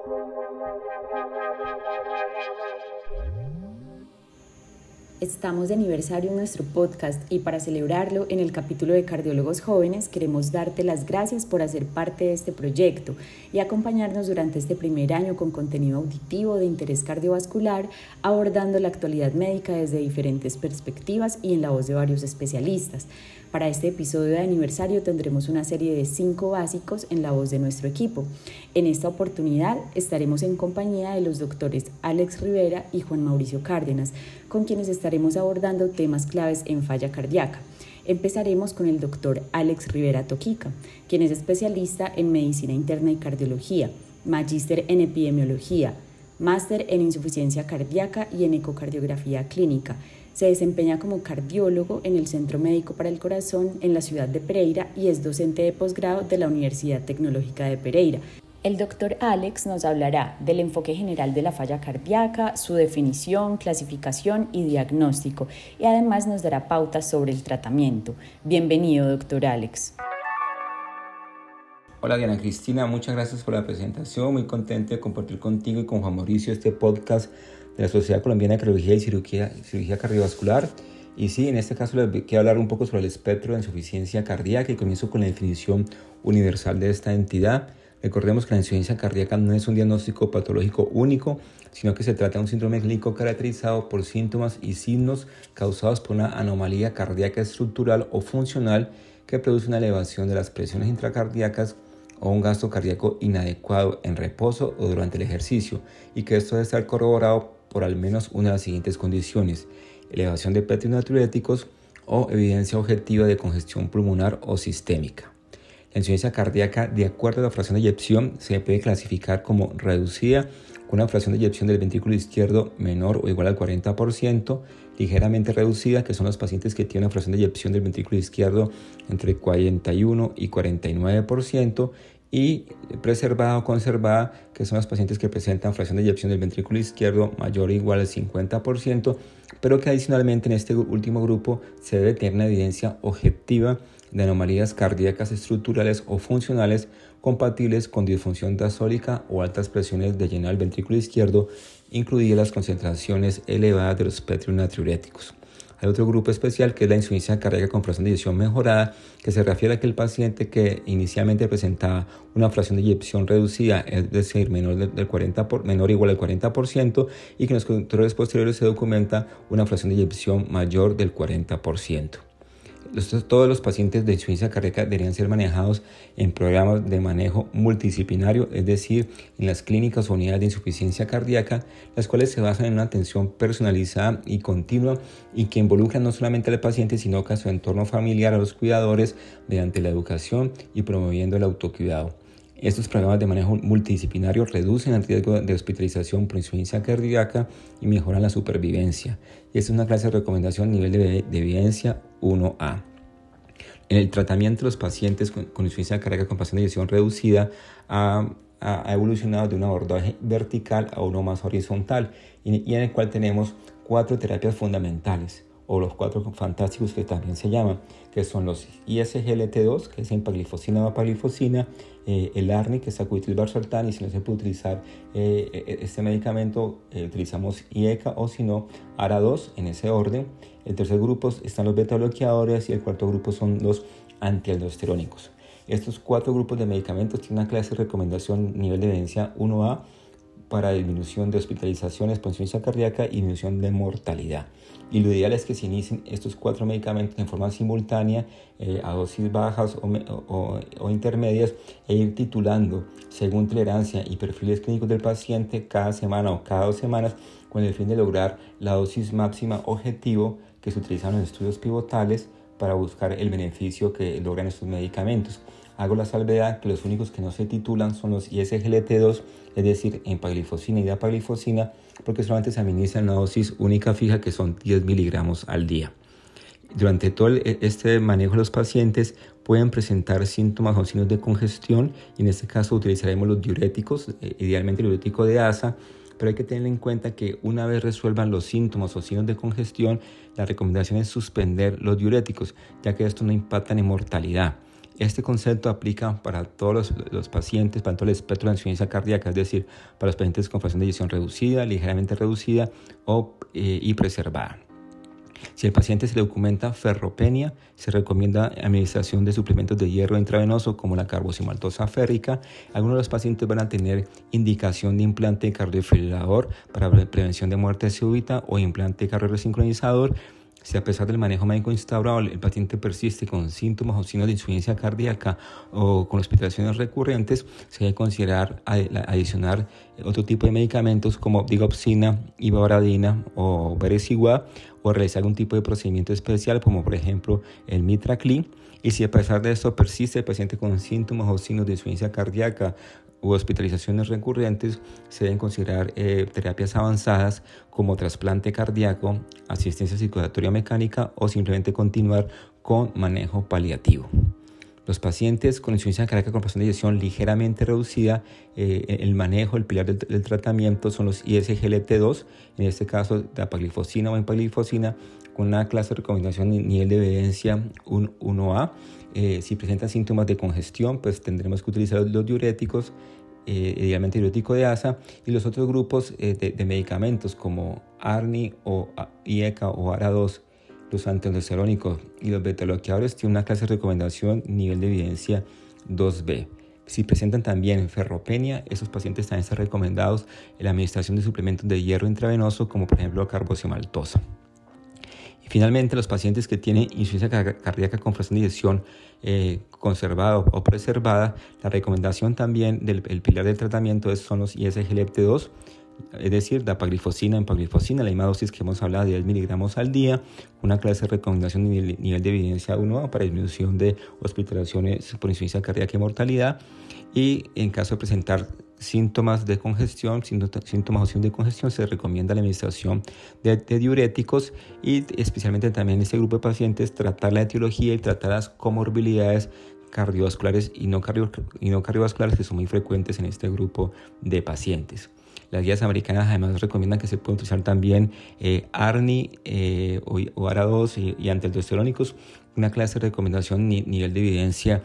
Estamos de aniversario en nuestro podcast y para celebrarlo, en el capítulo de Cardiólogos Jóvenes queremos darte las gracias por hacer parte de este proyecto y acompañarnos durante este primer año con contenido auditivo de interés cardiovascular, abordando la actualidad médica desde diferentes perspectivas y en la voz de varios especialistas. Para este episodio de aniversario tendremos una serie de 5 básicos en la voz de nuestro equipo. En esta oportunidad estaremos en compañía de los doctores Alex Rivera y Juan Mauricio Cárdenas, con quienes estaremos abordando temas claves en falla cardíaca. Empezaremos con el doctor Alex Rivera Toquica, quien es especialista en medicina interna y cardiología, magíster en epidemiología, máster en insuficiencia cardíaca y en ecocardiografía clínica. Se desempeña como cardiólogo en el Centro Médico para el Corazón en la ciudad de Pereira y es docente de posgrado de la Universidad Tecnológica de Pereira. El doctor Alex nos hablará del enfoque general de la falla cardíaca, su definición, clasificación y diagnóstico, y además nos dará pautas sobre el tratamiento. Bienvenido, doctor Alex. Hola Diana Cristina, muchas gracias por la presentación. Muy contento de compartir contigo y con Juan Mauricio este podcast de la Sociedad Colombiana de Cardiología y Cirugía Cardiovascular. Y sí, en este caso les quiero hablar un poco sobre el espectro de insuficiencia cardíaca y comienzo con la definición universal de esta entidad. Recordemos que la insuficiencia cardíaca no es un diagnóstico patológico único, sino que se trata de un síndrome clínico caracterizado por síntomas y signos causados por una anomalía cardíaca estructural o funcional que produce una elevación de las presiones intracardíacas o un gasto cardíaco inadecuado en reposo o durante el ejercicio, y que esto debe estar corroborado por al menos una de las siguientes condiciones: elevación de platelet natriuréticos o evidencia objetiva de congestión pulmonar o sistémica. La insuficiencia cardíaca, de acuerdo a la fracción de eyección, se puede clasificar como reducida, con una fracción de eyección del ventrículo izquierdo menor o igual al 40%, ligeramente reducida, que son los pacientes que tienen una fracción de eyección del ventrículo izquierdo entre 41 y 49%, y preservada o conservada, que son los pacientes que presentan fracción de eyección del ventrículo izquierdo mayor o igual al 50%, pero que adicionalmente en este último grupo se debe tener una evidencia objetiva de anomalías cardíacas estructurales o funcionales compatibles con disfunción diastólica o altas presiones de llenar el ventrículo izquierdo, incluidas las concentraciones elevadas de los platelets natriuréticos. Hay otro grupo especial que es la insuficiencia cardíaca con fracción de eyección mejorada, que se refiere a aquel paciente que inicialmente presentaba una fracción de eyección reducida, es decir, menor o igual al 40%, y que en los controles posteriores se documenta una fracción de eyección mayor del 40%. Todos los pacientes de insuficiencia cardíaca deberían ser manejados en programas de manejo multidisciplinario, es decir, en las clínicas o unidades de insuficiencia cardíaca, las cuales se basan en una atención personalizada y continua y que involucran no solamente al paciente, sino que a su entorno familiar, a los cuidadores, mediante la educación y promoviendo el autocuidado. Estos programas de manejo multidisciplinario reducen el riesgo de hospitalización por insuficiencia cardíaca y mejoran la supervivencia. Y esta es una clase de recomendación nivel de evidencia 1A. En el tratamiento de los pacientes con insuficiencia cardíaca con fracción de eyección reducida ha evolucionado de un abordaje vertical a uno más horizontal, y en el cual tenemos 4 terapias fundamentales, o los 4 fantásticos que también se llaman, que son los ISGLT2, que es empaglifosina o dapaglifosina, el ARNI, que es sacubitril/valsartán, y si no se puede utilizar este medicamento, utilizamos IECA o si no, ARA2, en ese orden. El tercer grupo están los beta bloqueadores y el cuarto grupo son los antialdosterónicos. Estos 4 grupos de medicamentos tienen una clase de recomendación nivel de evidencia 1A para disminución de hospitalizaciones por insuficiencia cardíaca y disminución de mortalidad. Y lo ideal es que se inicien estos 4 medicamentos en forma simultánea, a dosis bajas o intermedias, e ir titulando según tolerancia y perfiles clínicos del paciente cada semana o cada 2 semanas, con el fin de lograr la dosis máxima objetivo que se utilizan en los estudios pivotales para buscar el beneficio que logran estos medicamentos. Hago la salvedad que los únicos que no se titulan son los ISGLT2, es decir, empaglifosina y dapaglifosina, porque solamente se administra una dosis única fija que son 10 miligramos al día. Durante todo este manejo de los pacientes pueden presentar síntomas o signos de congestión, y en este caso utilizaremos los diuréticos, idealmente el diurético de ASA, pero hay que tener en cuenta que una vez resuelvan los síntomas o signos de congestión, la recomendación es suspender los diuréticos, ya que esto no impacta en mortalidad. Este concepto aplica para todos los pacientes, para todo el espectro de insuficiencia cardíaca, es decir, para los pacientes con fracción de eyección reducida, ligeramente reducida y preservada. Si al paciente se le documenta ferropenia, se recomienda administración de suplementos de hierro intravenoso como la carboximaltosa férrica. Algunos de los pacientes van a tener indicación de implante cardiofibrilador para prevención de muerte súbita o implante cardioresincronizador. Si a pesar del manejo médico instaurado el paciente persiste con síntomas o signos de insuficiencia cardíaca o con hospitalizaciones recurrentes, se debe considerar adicionar otro tipo de medicamentos como digoxina, ivabradina o vericiguat, o realizar algún tipo de procedimiento especial como por ejemplo el Mitraclip. Y si a pesar de esto persiste el paciente con síntomas o signos de insuficiencia cardíaca u hospitalizaciones recurrentes, se deben considerar terapias avanzadas como trasplante cardíaco, asistencia circulatoria mecánica o simplemente continuar con manejo paliativo. Los pacientes con insuficiencia cardíaca con fracción de eyección ligeramente reducida, el manejo, el pilar del tratamiento son los ISGLT2, en este caso dapaglifosina o empaglifosina, con una clase de recomendación nivel de evidencia 1A. Si presentan síntomas de congestión, pues tendremos que utilizar los diuréticos, idealmente diurético de asa, y los otros grupos de medicamentos como ARNI o IECA o ARA2, los antiandrosterónicos y los beta-bloqueadores tienen una clase de recomendación nivel de evidencia 2B. Si presentan también ferropenia, esos pacientes también están recomendados en la administración de suplementos de hierro intravenoso como por ejemplo carboximaltosa. Y finalmente, los pacientes que tienen insuficiencia cardíaca con fracción de eyección conservada o preservada, la recomendación también del pilar del tratamiento son los ISGLT2, es decir, dapaglifosina, empaglifosina, la misma dosis que hemos hablado de 10 miligramos al día, una clase de recomendación nivel de evidencia 1A para disminución de hospitalizaciones por insuficiencia cardíaca y mortalidad. Y en caso de presentar síntomas de congestión, síntomas o signos de congestión, se recomienda la administración de diuréticos y especialmente también en este grupo de pacientes tratar la etiología y tratar las comorbilidades cardiovasculares y no cardiovasculares que son muy frecuentes en este grupo de pacientes. Las guías americanas además recomiendan que se pueda utilizar también ARNI o ARA2 y antialdosterónicos, una clase de recomendación nivel de evidencia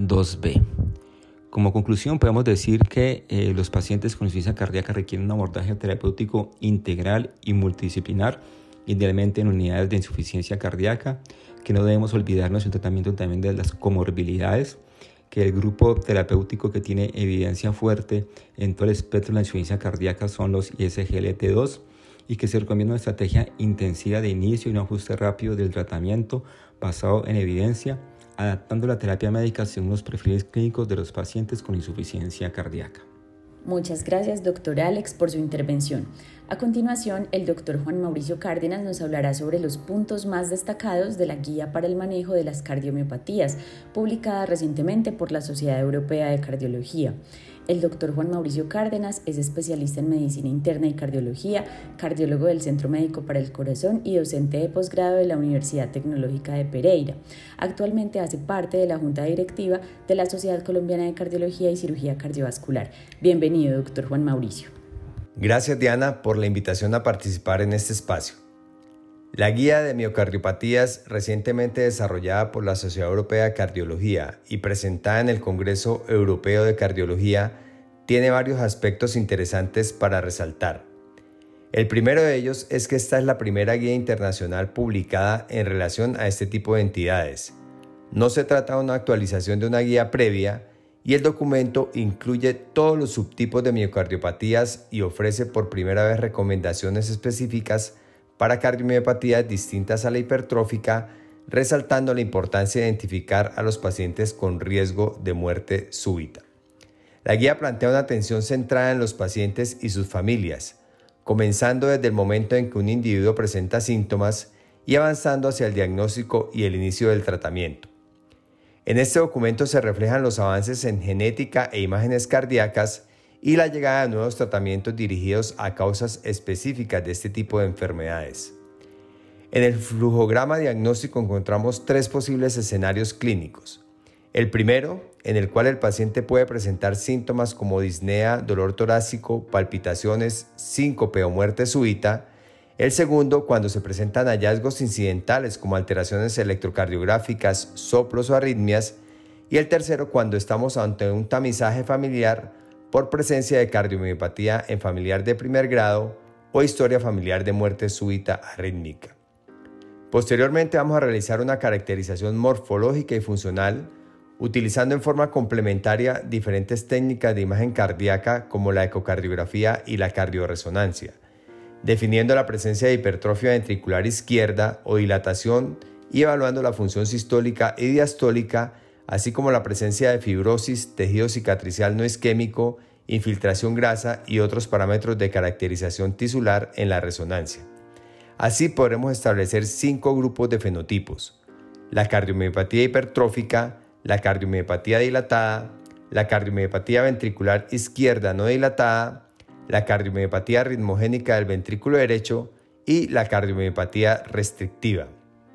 2B. Como conclusión, podemos decir que los pacientes con insuficiencia cardíaca requieren un abordaje terapéutico integral y multidisciplinar, idealmente en unidades de insuficiencia cardíaca, que no debemos olvidarnos el tratamiento también de las comorbilidades, que el grupo terapéutico que tiene evidencia fuerte en todo el espectro de la insuficiencia cardíaca son los ISGLT2 y que se recomienda una estrategia intensiva de inicio y un ajuste rápido del tratamiento basado en evidencia, adaptando la terapia médica según los perfiles clínicos de los pacientes con insuficiencia cardíaca. Muchas gracias, doctor Alex, por su intervención. A continuación, el doctor Juan Mauricio Cárdenas nos hablará sobre los puntos más destacados de la Guía para el Manejo de las Cardiomiopatías, publicada recientemente por la Sociedad Europea de Cardiología. El doctor Juan Mauricio Cárdenas es especialista en medicina interna y cardiología, cardiólogo del Centro Médico para el Corazón y docente de posgrado de la Universidad Tecnológica de Pereira. Actualmente hace parte de la Junta Directiva de la Sociedad Colombiana de Cardiología y Cirugía Cardiovascular. Bienvenido, doctor Juan Mauricio. Gracias, Diana, por la invitación a participar en este espacio. La Guía de Miocardiopatías, recientemente desarrollada por la Sociedad Europea de Cardiología y presentada en el Congreso Europeo de Cardiología, tiene varios aspectos interesantes para resaltar. El primero de ellos es que esta es la primera guía internacional publicada en relación a este tipo de entidades. No se trata de una actualización de una guía previa y el documento incluye todos los subtipos de miocardiopatías y ofrece por primera vez recomendaciones específicas para cardiomiopatías distintas a la hipertrófica, resaltando la importancia de identificar a los pacientes con riesgo de muerte súbita. La guía plantea una atención centrada en los pacientes y sus familias, comenzando desde el momento en que un individuo presenta síntomas y avanzando hacia el diagnóstico y el inicio del tratamiento. En este documento se reflejan los avances en genética e imágenes cardíacas y la llegada de nuevos tratamientos dirigidos a causas específicas de este tipo de enfermedades. En el flujograma diagnóstico encontramos 3 posibles escenarios clínicos. El primero, en el cual el paciente puede presentar síntomas como disnea, dolor torácico, palpitaciones, síncope o muerte súbita. El segundo, cuando se presentan hallazgos incidentales como alteraciones electrocardiográficas, soplos o arritmias. y el tercero cuando estamos ante un tamizaje familiar por presencia de cardiomiopatía en familiar de primer grado o historia familiar de muerte súbita arrítmica. Posteriormente vamos a realizar una caracterización morfológica y funcional utilizando en forma complementaria diferentes técnicas de imagen cardíaca como la ecocardiografía y la cardioresonancia, definiendo la presencia de hipertrofia ventricular izquierda o dilatación y evaluando la función sistólica y diastólica, así como la presencia de fibrosis, tejido cicatricial no isquémico, infiltración grasa y otros parámetros de caracterización tisular en la resonancia. Así podremos establecer 5 grupos de fenotipos: la cardiomiopatía hipertrófica, la cardiomiopatía dilatada, la cardiomiopatía ventricular izquierda no dilatada, la cardiomiopatía ritmogénica del ventrículo derecho y la cardiomiopatía restrictiva.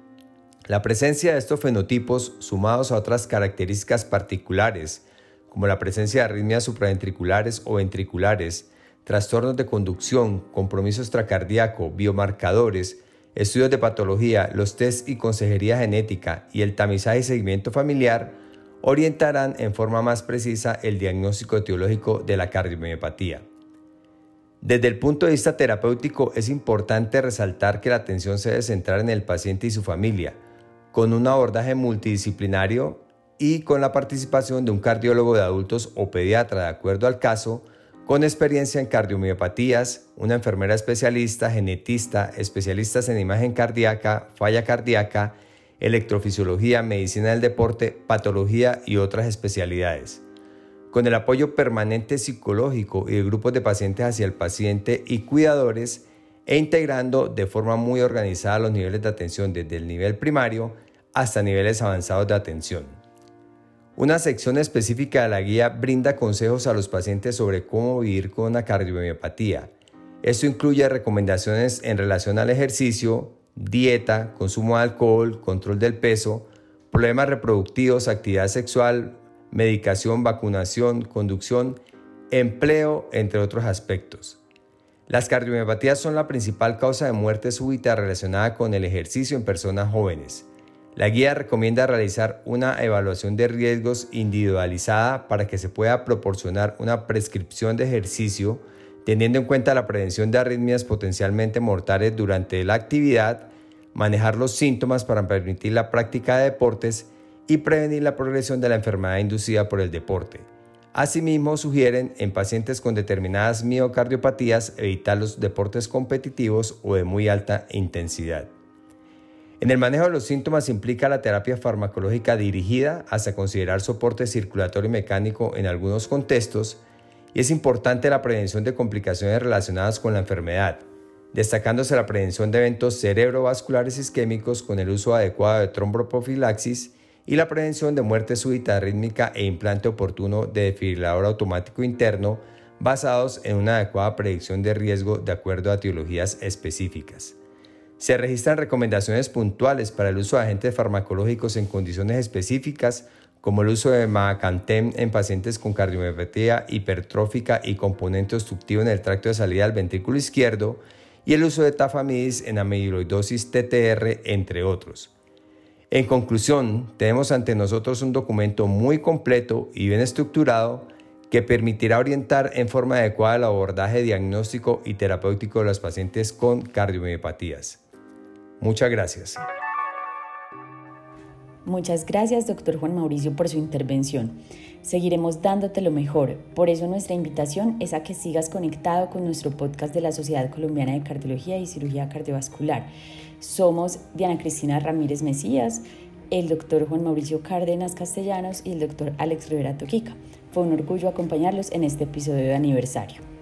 La presencia de estos fenotipos, sumados a otras características particulares, como la presencia de arritmias supraventriculares o ventriculares, trastornos de conducción, compromiso extracardíaco, biomarcadores, estudios de patología, los test y consejería genética y el tamizaje y seguimiento familiar, orientarán en forma más precisa el diagnóstico etiológico de la cardiomiopatía. Desde el punto de vista terapéutico, es importante resaltar que la atención se debe centrar en el paciente y su familia, con un abordaje multidisciplinario y con la participación de un cardiólogo de adultos o pediatra de acuerdo al caso, con experiencia en cardiomiopatías, una enfermera especialista, genetista, especialistas en imagen cardíaca, falla cardíaca, electrofisiología, medicina del deporte, patología y otras especialidades. Con el apoyo permanente psicológico y de grupos de pacientes hacia el paciente y cuidadores e integrando de forma muy organizada los niveles de atención desde el nivel primario hasta niveles avanzados de atención. Una sección específica de la guía brinda consejos a los pacientes sobre cómo vivir con una cardiomiopatía. Esto incluye recomendaciones en relación al ejercicio, dieta, consumo de alcohol, control del peso, problemas reproductivos, actividad sexual, medicación, vacunación, conducción, empleo, entre otros aspectos. Las cardiomiopatías son la principal causa de muerte súbita relacionada con el ejercicio en personas jóvenes. La guía recomienda realizar una evaluación de riesgos individualizada para que se pueda proporcionar una prescripción de ejercicio, teniendo en cuenta la prevención de arritmias potencialmente mortales durante la actividad, manejar los síntomas para permitir la práctica de deportes y prevenir la progresión de la enfermedad inducida por el deporte. Asimismo, sugieren en pacientes con determinadas miocardiopatías evitar los deportes competitivos o de muy alta intensidad. En el manejo de los síntomas implica la terapia farmacológica dirigida hasta considerar soporte circulatorio y mecánico en algunos contextos, y es importante la prevención de complicaciones relacionadas con la enfermedad, destacándose la prevención de eventos cerebrovasculares isquémicos con el uso adecuado de tromboprofilaxis y la prevención de muerte súbita arrítmica e implante oportuno de desfibrilador automático interno basados en una adecuada predicción de riesgo de acuerdo a etiologías específicas. Se registran recomendaciones puntuales para el uso de agentes farmacológicos en condiciones específicas, como el uso de Mavacantem en pacientes con cardiomiopatía hipertrófica y componente obstructivo en el tracto de salida del ventrículo izquierdo, y el uso de tafamidis en amiloidosis TTR, entre otros. En conclusión, tenemos ante nosotros un documento muy completo y bien estructurado que permitirá orientar en forma adecuada el abordaje diagnóstico y terapéutico de los pacientes con cardiomiopatías. Muchas gracias. Muchas gracias, doctor Juan Mauricio, por su intervención. Seguiremos dándote lo mejor. Por eso nuestra invitación es a que sigas conectado con nuestro podcast de la Sociedad Colombiana de Cardiología y Cirugía Cardiovascular. Somos Diana Cristina Ramírez Mesías, el doctor Juan Mauricio Cárdenas Castellanos y el doctor Alex Rivera Toquica. Fue un orgullo acompañarlos en este episodio de aniversario.